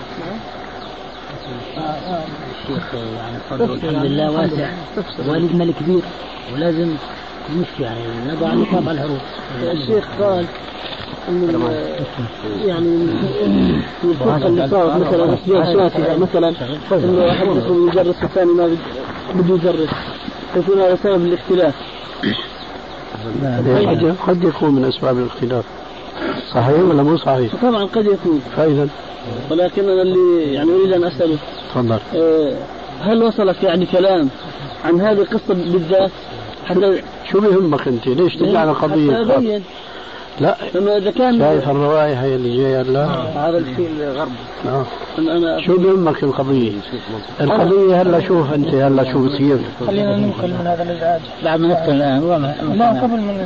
الشيخ يعني صدره الحمد لله واسع، والدنا الكبير ولازم نمشي يعني نضع نقاط على الحروف. الشيخ قال يعني في الفرقة اللي صارت مثلا أسباب مثلا إنه أحد منكم يدرس والثاني ما بده يدرس يكون هذا سبب الاختلاف. قد يكون من أسباب الاختلاف. صحيح ولا مو صحيح؟ طبعا قد يكون. فإذا ولكن أنا اللي يعني أريد أن أسأله تفضل. هل وصلك يعني كلام عن هذه القصة بالذات؟ حتى شو بيهمك أنت؟ ليش ترجع لقضية؟ لا إذا كان شايف الروائح هي اللي جاية لا هذا الشيء الغرب. أنا شو بيهمك القضية؟ القضية هلا شوف أنت هلا شو بصير. خلينا ننقل من هذا الإزعاج. لا ما ندخل الآن. لا قبل من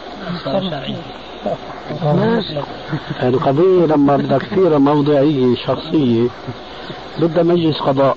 القضية لما بدها كثير موضوعية شخصية بدها مجلس قضاء.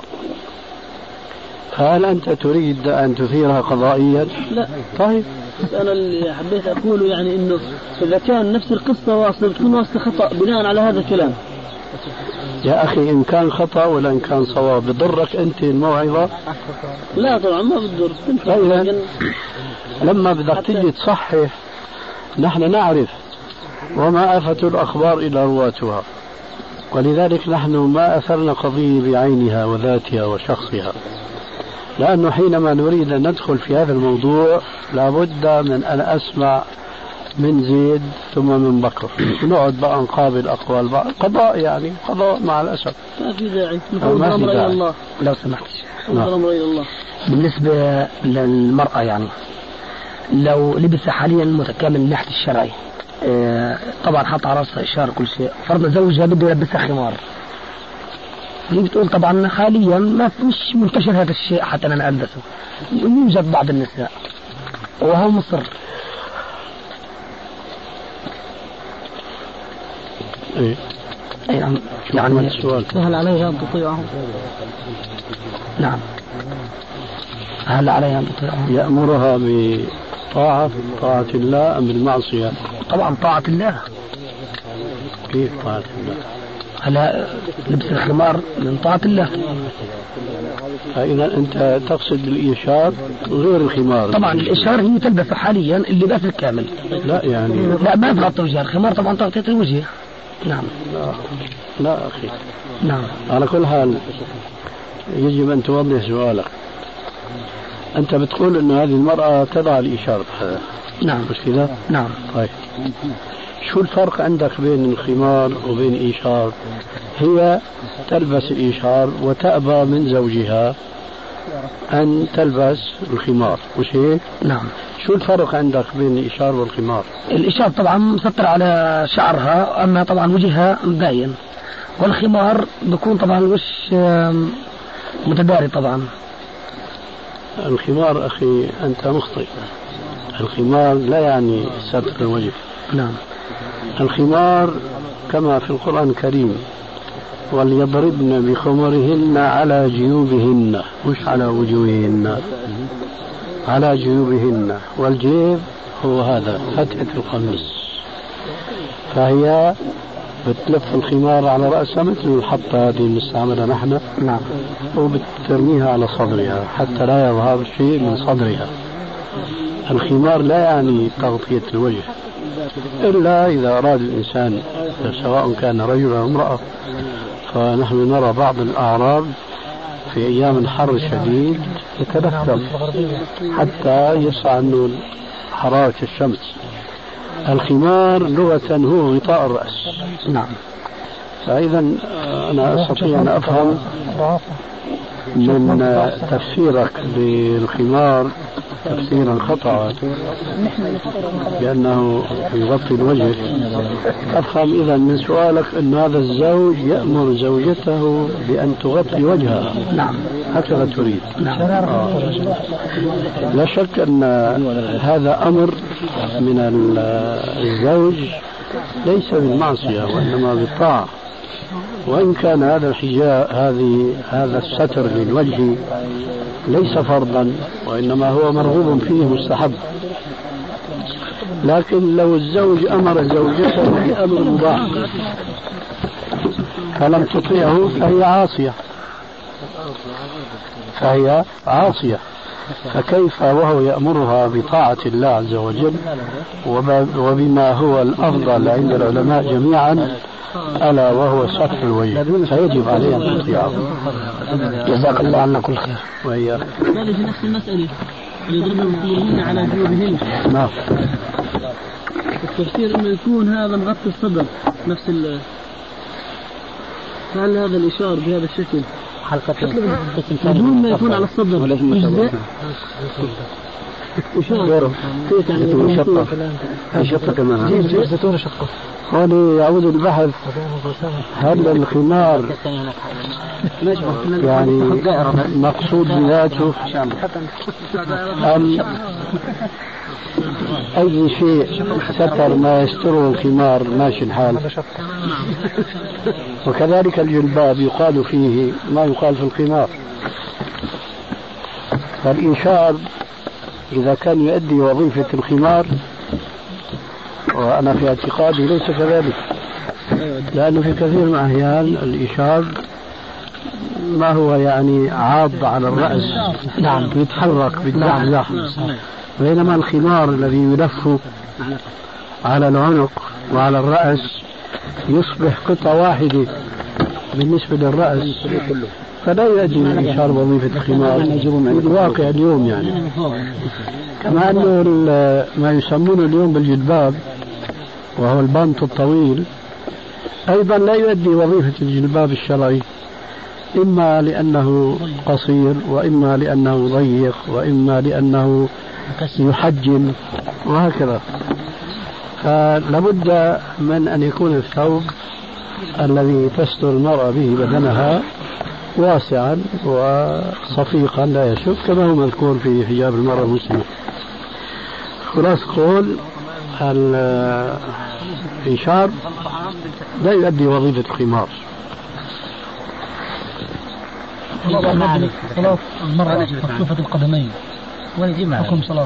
هل أنت تريد أن تثيرها قضائيا؟ لا. طيب أنا اللي حبيت أقوله يعني إنه إذا كان نفس القصة واصلة بتكون واصلة خطأ بناء على هذا الكلام. يا أخي إن كان خطأ ولا إن كان صواب بضرك أنت الموعظة؟ لا طبعا ما بتضر. طيب لما بدك تجي تصحح نحن نعرف وما آفة الأخبار إلى رواتها، ولذلك نحن ما أثرنا قضية بعينها وذاتها وشخصها، لأنه حينما نريد أن ندخل في هذا الموضوع لابد من أن أسمع من زيد ثم من بكر ونقعد بقى نقابل أقوال بعض. قضاء يعني قضاء مع الأسف. ما في داعي. نفوض الأمر إلى الله. لو سمحت الأمر إلى الله. بالنسبة للمرأة يعني لو لبس حاليا متكامل من ناحية الشرعي طبعا حط على راسها إشارة كل شيء، فرض زوجها بده يلبسها خمار، هي بتقول طبعا حاليا ما مش منتشر هذا الشيء حتى أنا ألبسه، يوجد بعض النساء وهو مصر. إيه يعني السؤال هل عليها أن تطيعهم؟ نعم هل عليها أن تطيعهم؟ يأمرها بطاعة الله أم بالمعصية؟ طبعا طاعة الله. كيف طاعة الله؟ هلا لبس الخمار من طاعة الله. فإذا أنت تقصد بالإيشار غير الخمار. طبعا الإشار هي تلبس حاليا اللباس الكامل. لا يعني لا ما تغطي وجهها، الخمار طبعا تغطية الوجه. نعم. لا أخي. نعم. على كل حال يجب أن توضح سؤالك. أنت بتقول إنه هذه المرأة تضع الإشارة. نعم. مش كذا؟ نعم. طيب شو الفرق عندك بين الخمار وبين الإيشار؟ هي تلبس الإيشار وتأبى من زوجها أن تلبس الخمار، مش هيك؟ نعم. شو الفرق عندك بين الإيشار والخمار؟ الإيشار طبعا مسطر على شعرها، أما طبعا وجهها باين، والخمار بيكون طبعا الوش متداري. طبعا الخمار أخي أنت مخطئ. الخمار لا يعني ستر الوجه. نعم. الخمار كما في القرآن الكريم وليضربن بخمرهن على جيوبهن، مش على وجوههن، على جيوبهن، والجيب هو هذا فتحة القميص، فهي بتلف الخمار على رأسها مثل الحطة هذه المستعملة نحن. نعم. وبترميها على صدرها حتى لا يظهر شيء من صدرها. الخمار لا يعني تغطية الوجه إلا إذا أراد الإنسان سواء كان رجل أو امرأة. فنحن نرى بعض الأعراب في أيام الحر الشديد يتدخل حتى يسعى عنه حرارة الشمس. الخمار لغة هو غطاء الرأس. نعم. فإذا أنا أستطيع أن أفهم من تفسيرك للخمار تفسيرا خطأ بأنه يغطي الوجه. أفهم إذا من سؤالك أن هذا الزوج يأمر زوجته بأن تغطي وجهها. نعم. هكذا تريد. نعم. لا شك أن هذا أمر من الزوج ليس بالمعصية وإنما بالطاعة. وإن كان هذا الحجاب هذا الستر للوجه ليس فرضا وإنما هو مرغوب فيه مستحب، لكن لو الزوج أمر زوجته بأمر مباح فلم تطيعه فهي عاصية، فكيف وهو يأمرها بطاعة الله عز وجل وبما هو الأفضل عند العلماء جميعا ألا وهو ستر الوجه، فيجب عليه أن تطيعه. جزاك الله عنا كل خير. وإياك. هذا في نفس المسألة يضربن بخمورهن على جيوبهن. نعم. التفسير انه يكون هذا مغطي الصدر نفس هل هذا الإشار بهذا الشكل حلقة بدون ما يكون على الصدر يجزئ؟ إشارة كيف يعني شقة كمان هون يعود البحث هل الخمار يعني مقصود بذاته أم أي شيء ستر ما يستره الخمار ماشي الحال. وكذلك الجلباب يقال فيه ما يقال في الخمار، فالإشار إذا كان يؤدي وظيفة الخمار وأنا في اعتقادي ليس كذلك، لأنه في كثير من الأحيان الإشار ما هو يعني عاض على الرأس، نعم يتحرك بالزحزح، بينما الخمار الذي يلف على العنق وعلى الرأس يصبح قطعة واحدة بالنسبة للرأس، فلا يؤدي الإشار وظيفة الخمار في الواقع اليوم يعني. كما أنه ما يسمونه اليوم بالجلباب وهو البنط الطويل أيضا لا يؤدي وظيفة الجلباب الشرعي، إما لأنه قصير وإما لأنه ضيق وإما لأنه يحجم وهكذا. فلابد من أن يكون الثوب الذي تستر المرأة به بدنها واسعا وصفيقا لا يشف كما هو مذكور في حجاب المرأة المسلمة. خلاص قول الإشار لا يؤدي وظيفة الخمار. صلاة المرأة مكشوفة القدمين حكم صلاة.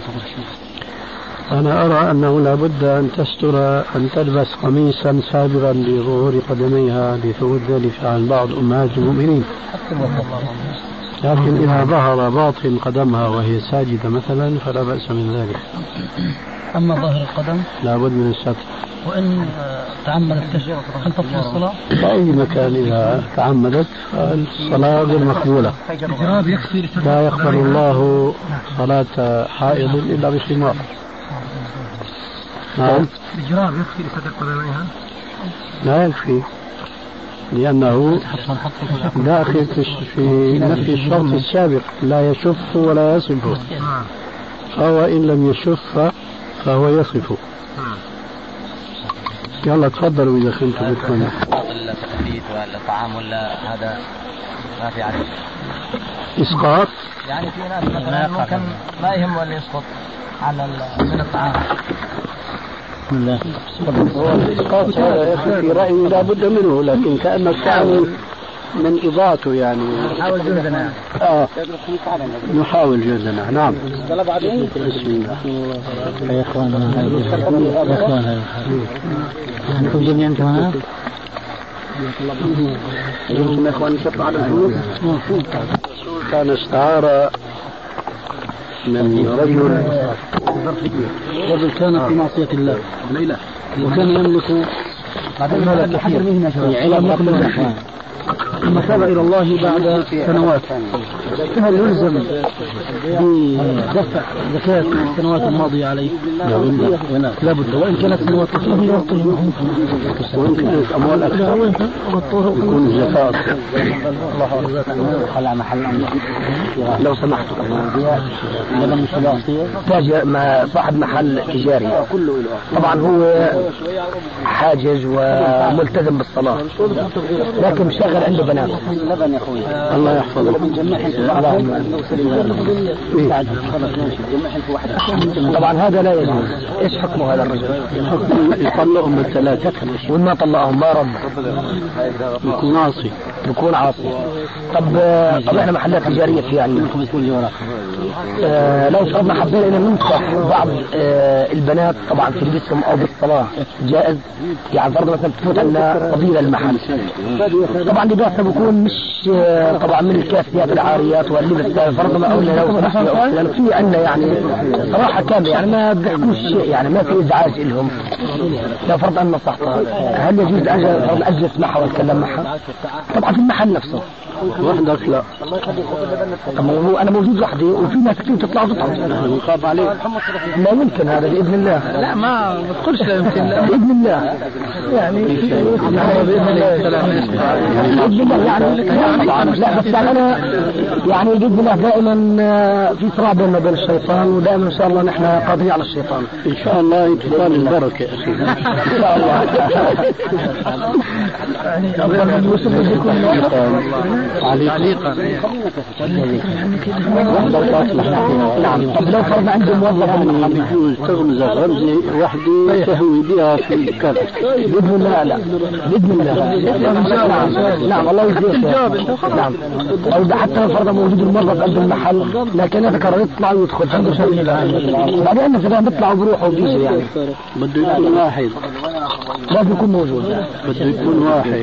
أنا أرى أنه لا بد أن تستر أن تلبس قميصا سابغا لظهور قدميها لثبوت ذلك عن بعض أمهات المؤمنين، لكن إذا ظهر باطن قدمها وهي ساجدة مثلا فلا بأس من ذلك. أما ظاهر القدم لا بد من الستر. وإن تعمدت هل تبطل الصلاة؟ في أي مكان إذا تعمدت فالصلاة غير مقبولة. لا يقبل الله صلاة حائض إلا بخمار. نعم. الجراب يكفي لستر قدميها؟ لا يكفي، لأنه داخل في نفي الشرط السابق لا يشف ولا يصف، فهو إن لم يشف فهو يصف. يلا تفضلوا إذا كنتم بدكم. التثبيت والطعام ولا هذا ما في عليه إسقاط؟ يعني في ناس مثلا ممكن ما يهمه أن يسقط على من الطعام. الإسقاط هذا في رأيي لا بد منه، لكن كأن الطعام من إضاءته يعني نحاول جهدنا. نحاول جهدنا. نعم. بسم الله يا إخوان أنتم جميعا هنا يا إخوان نشط على الفلوس. كان استعار من رجل كان في معصية الله ليلة وكان يملك مال كثير ثم تاب إلى الله بعد سنوات، فهل يلزم بدفع زكاة السنوات الماضية عليه؟ لا بد، وإن كانت سنوات كثيرة وإن كانت أموال أكثر يكون زكاة. على محل لو سمحت صاحب محل تجاري طبعا هو حاجز وملتزم بالصلاة، لكن شغل عنده وبنات. لبن يا اخوي الله يحفظك. طبعا هذا لا يجوز. ايش حكمه هذا الرجل؟ يطلقهم من ثلاثة وإن ما طلقهم ما رد يكون عاصي. يكون عاصي. طب احنا محلات تجارية في يعني لو فرضنا حبينا ان ننصح بعض البنات طبعا في لبسهم او بالصلاة جائز؟ يعني فرضنا مثلا تفوت عندنا فضيلة المحل طبعا لباسها بكون مش طبعا من الكاسيات العاريات واللبس فرضنا او لو سمحنا في عندنا يعني صراحة كاملة يعني ما بيحكوش شيء يعني ما في ازعاج لهم. لو فرض ان نصحتها هل يجوز اجلس معها واتكلم معها؟ طبعا في المحل نفسه. وحدك لا. طب هو انا موجود وحدي وفي ناس كثير تطلع وتطلع. يخاف عليك. لا يمكن هذا باذن الله. لا ما تقولش لا يمكن. باذن الله يعني باذن الله يعني طبعا لا بس يعني انا يعني باذن الله دائما في صراع بيننا وبين الشيطان ودائما ان شاء الله نحن قاضيين على الشيطان. ان شاء الله تكون البركه يا اخي. ان شاء الله. يعني افضل من يوسف تعليقا. نعم. طب لو فرضنا عندي موظف يجوز تغمز غمزه وحده تهوي بها في الكذا. باذن الله. لا باذن الله. نعم الله يجزيك. نعم. او حتى لو فرضنا موجود الموظف عند المحل لكن يذكر يطلع ويدخل بعدين اذا بيطلع وبروح وبيجي يعني بده يكون واحد. لازم يكون موجود. بده يكون واحد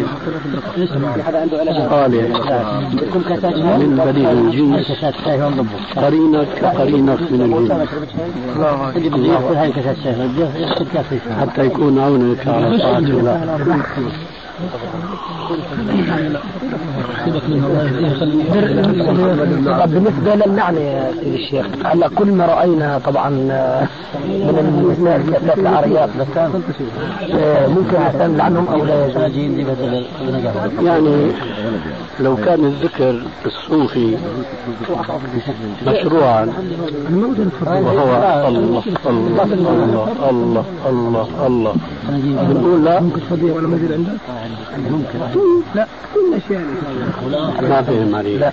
صالح من بديل الجنس قرينك كقرينك من الجنس حتى يكون عونك على طاعة الله. طب بالنسبة للعنة يا سيدي الشيخ هلا كل ما رأينا طبعا من النساء الكاسات العاريات ممكن عشان لعنهم او لا يجوز؟ يعني لو كان الذكر الصوفي مشروعا وهو الله الله الله الله الله الله بنقول لا ممكن تفضيه ولا مزيد عندك؟ ممكن لا كل شيء ما فهم عليك.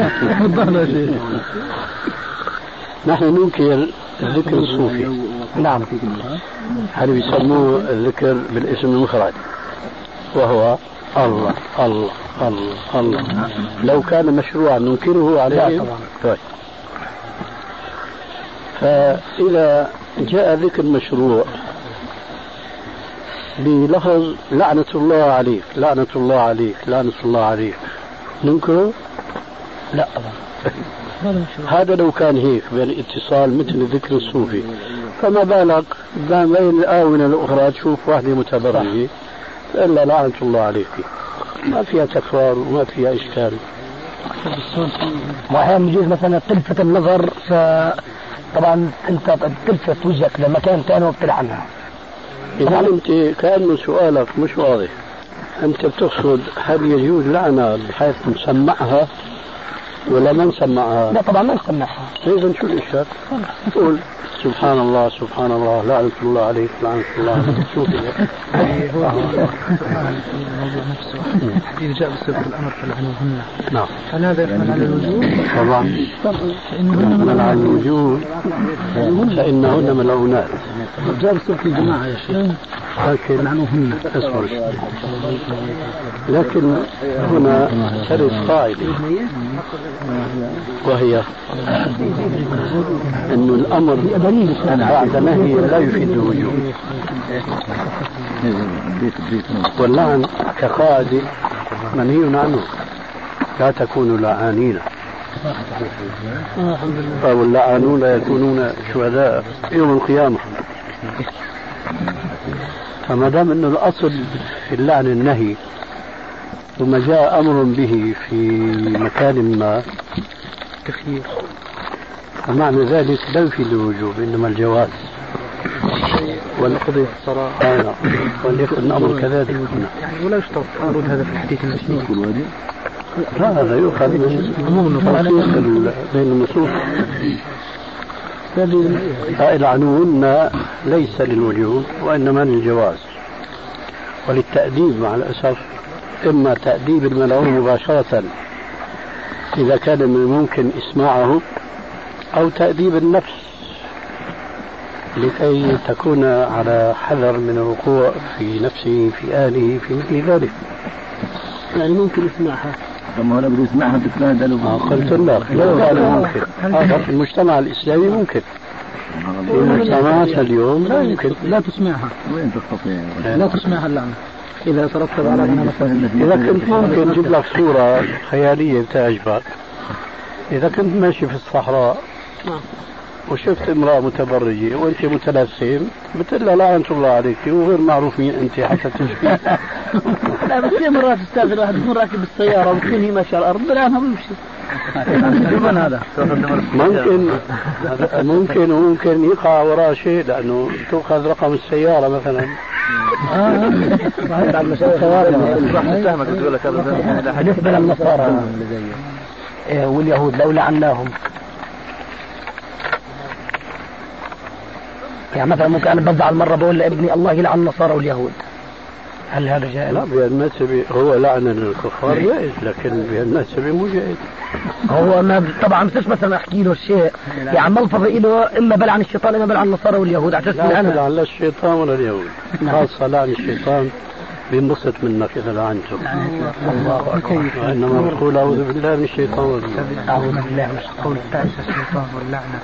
نحن ننكر الذكر الصوفي. نعم. هذا بيسموه الذكر بالاسم المفرد وهو الله الله الله الله. لو كان مشروعا ننكره عليه. طيب فإذا جاء ذكر مشروع بلفظ لعنة الله عليك لعنة الله عليك لعنة الله عليك ننكره؟ لا هذا لو كان هيك بين اتصال مثل الذكر الصوفي فما بالك بين الآونة الأخرى تشوف واحدة متبرجة إلا لعنة الله عليك ما فيها تكرار وما فيها إشكال. وأحيانا يجوز مثلا تلفت النظر طبعا أنت تلفت وجهك لمكان ثاني وبتلعنها. إذا أنت كأنه سؤالك مش واضح. أنت بتقصد هل يجوز لعنة بحيث نسمعها ولا ما نسمعها؟ لا طبعا ما نسمعها. إذا شو الإشكال؟ قول سبحان الله سبحان الله لعنة الله عليك لعنة الله عليك. شو كذا؟ الموضوع نفسه حديث جاء بصيغة الأمر فلعنوهن. نعم. هل هذا يحمل على الوجوب؟ طبعا يحمل على الوجوب فإنهن ملعونات. جاء بصيغة الجماعة يا شيخ. لكن لعنوهن. لكن هنا ترد قاعدة وهي أن الأمر بعد نهي لا يفيد الوجوب. واللعن كقاعدة منهي عنه لا تكونوا لعانين واللعانون يكونون شهداء يوم القيامة. فما دام أنه الأصل في اللعن النهي ثم جاء أمر به في مكان ما تخيير فمعنى ذلك لا يفيد الوجوب إنما الجواز والقضية الصراحة وليكن الأمر كذلك هنا. يعني ولا يشترط ورود هذا في الحديث المسلم. لا هذا يؤخذ من عموم بين النصوص. العنون ليس للوجوب وإنما للجواز وللتأديب مع الأسف إما تأديب الملعون مباشرة إذا كان من الممكن إسماعه، أو تأديب النفس لكي تكون على حذر من الوقوع في نفسه في أهله في مثل ذلك. يعني ممكن يسمعها. ثم هو بده يسمعها تتبادل. قلت لك ممكن. هذا في المجتمع الإسلامي ممكن. في مجتمعاتنا اليوم لا يمكن. لا تسمعها. وين تستطيع؟ لا تسمعها اللعنة إذا ترتب على أنها مثلا. إذا كنت ممكن أجيب لك صورة خيالية بتعجبك. إذا كنت ماشي في الصحراء وشفت امرأة متبرجة وأنت متلثم بتقول لها لعنة الله عليك وغير معروف مين أنت حتى تشفي. لا بس في مرات استاذ الواحد يكون راكب بالسيارة وتكون هي ماشية على الأرض بلعنها بيمشي. هذا ممكن يقع وراء شيء لأنه تأخذ رقم السيارة مثلا. بالنسبة للنصارى واليهود لو لعناهم، يعني مثلا ممكن أنا بزعل مرة بقول لابني الله يلعن النصارى واليهود، هل هذا جائز؟ لا بالنسبة هو لعن للكفار جائز، لكن بالنسبة مو جائز. هو ما طبعا مش مثلا احكي له الشيء يعني ما الفرق له اما بلعن الشيطان اما بلعن النصارى واليهود على اساس لا لعن لا الشيطان ولا اليهود، خاصة لعن الشيطان بينبسط منك إذا لعنته. الله أكبر. وإنما نقول أعوذ بالله من الشيطان والرجيم. أعوذ بالله من الشيطان واللعنة.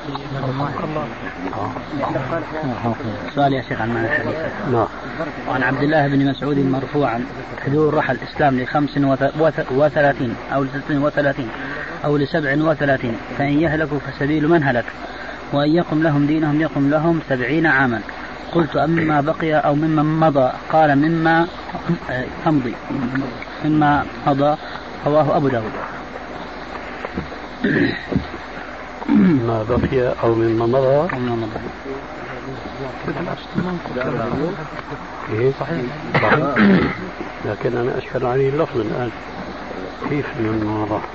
سؤال يا شيخ عن معنى الحديث. نعم. وعن عبد الله بن مسعود مرفوعا: حدود رحى الإسلام ل35 أو ل36 أو ل37، فإن يهلكوا فسبيل من هلك، وأن يقم لهم دينهم يقم لهم 70 عاما. قلت أما بقي أو ممن مضى؟ قال مما تمضي مما مضى. رواه أبو داود. ما بقي أو مما مضى. صحيح. لكن أنا أشكل عليه اللفظ الآن كيف مما مضى.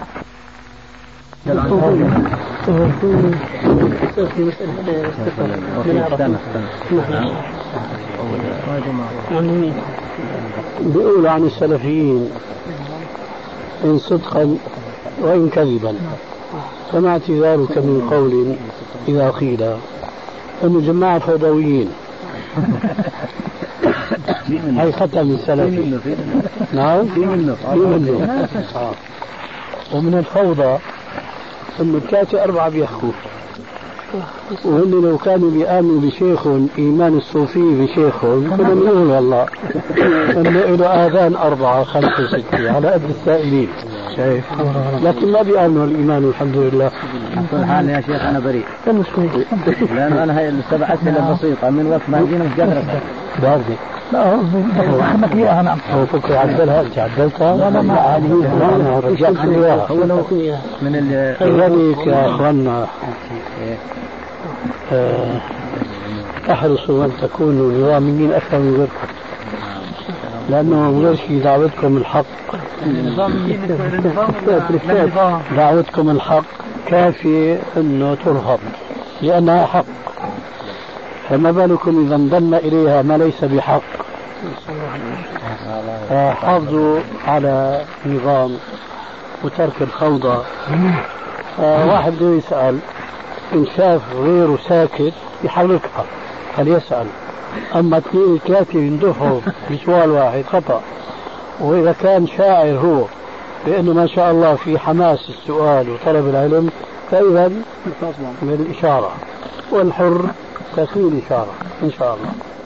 بيقول عن السلفيين إن صدقا وإن كذبا، فما اعتذارك من قول إذا قيل أن جماعة فوضويين. هاي خطأ من السلفي. نعم في منه. ومن الفوضى أن 3-4 بيحكوا، وهن لو كانوا بيآمنوا بشيخ إيمان الصوفي بشيخهم كنا نقول والله أنه له آذان 4 5 6 على قد السائلين، شايف؟ لكن ما بيآمنوا الإيمان والحمد لله. كل حال يا شيخ أنا بريء، لأن أنا هاي ال7 أسئلة بسيطة من وقت ما جينا مش قادر أسأل. باردة. لا أخذك إياها. نعم. هو فكر عدلها، أنت عدلتها؟ لا ما أنا رجعت إياها. هو لو من كذلك يا أخوانا احرصوا أن تكونوا نظاميين أكثر من غيركم، لأنه غير شيء دعوتكم الحق. دعوتكم الحق كافية أنه ترهب لأنها حق، فما بالكم إذا انضم إليها ما ليس بحق. حافظوا على نظام وترك الخوضة. واحد بده يسأل إن شاف غيره ساكت يحركها فليسأل، أما 2-3 يندفعوا بسؤال واحد خطأ. وإذا كان شاعر هو بأنه ما شاء الله في حماس السؤال وطلب العلم فإذا بالإشارة، والحر تكفيه الإشارة إن شاء الله.